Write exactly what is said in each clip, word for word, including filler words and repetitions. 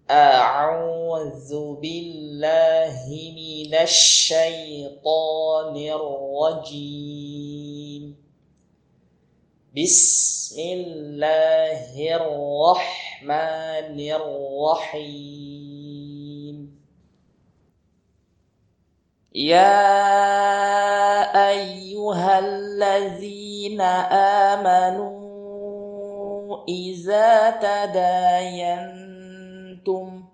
أعوذ بالله من الشيطان الرجيم. بسم الله الرحمن الرحيم. يا أيها الذين آمنوا إذا تداينتم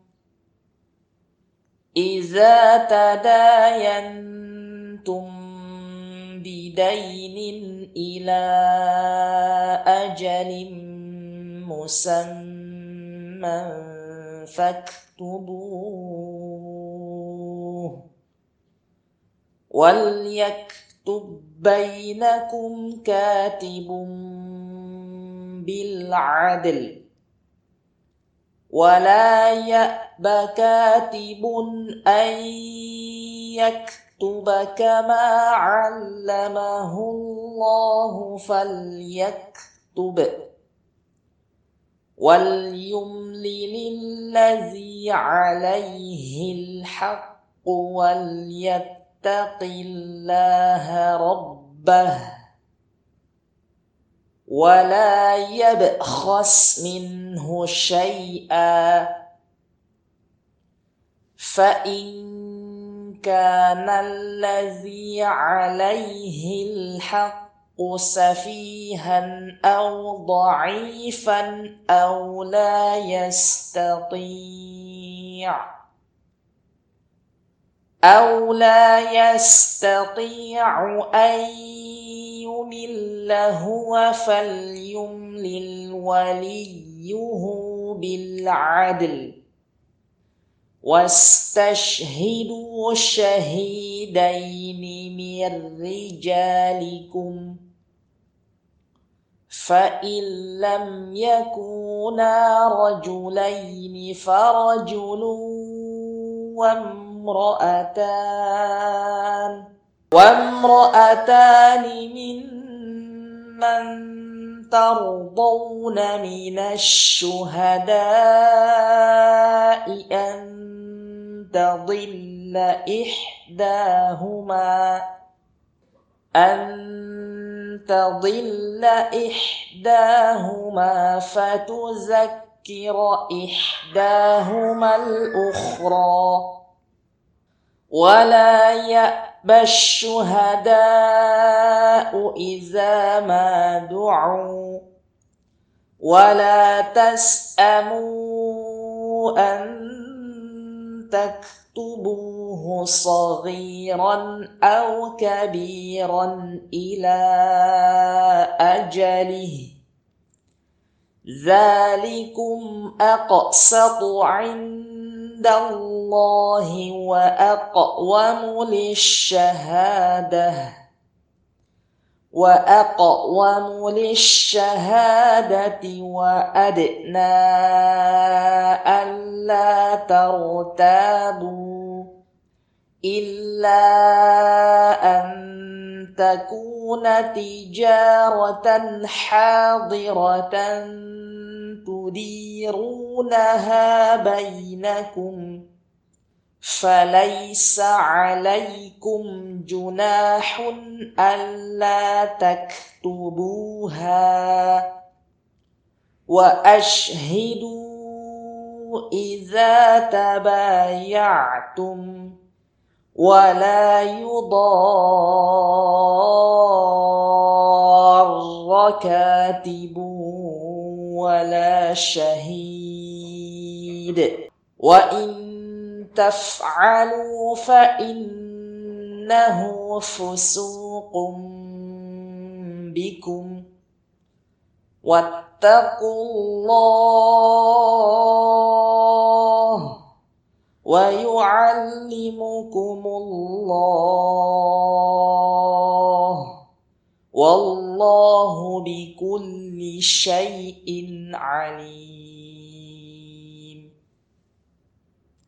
إذا تداينتم بدين إلى أجل مسمى فاكتبوه، وليكتب بينكم كاتب بالعدل، ولا يأب كاتب أن يكتب كما علمه الله فليكتب، وليملل الذي عليه الحق وليتق الله ربه، ولا يبخس منه شيئا، فإن كان الذي عليه الحق سفيها أو ضعيفا أو لا يستطيع أو لا يستطيع أن يمل هو فليملل وليه بالعدل، واستشهدوا شهيدين من رجالكم، فإن لم يكونا رجلين فرجل وامرأتان وامرأتان ممن ترضون من الشهداء أن تضل إحداهما أن تضل إحداهما فتذكر إحداهما الأخرى، ولا يأبى الشهداء إذا ما دعوا، ولا تسأموا أن تكتبوه صغيرا أو كبيرا إلى أجله، ذلكم أقسط عند الله وأقوم للشهادة وأقوم للشهادة وأدنى ألا ترتابوا، إلا أن تكون تجارة حاضرة تديرونها بينكم، فليس عليكم جناح ألا تكتبوها، وأشهدوا إذا تبايعتم، ولا يضار كاتب ولا شهيد، وإن تفعلوا فإنه فسوق بكم، واتقوا الله ويعلمكم الله، والله بكل شيء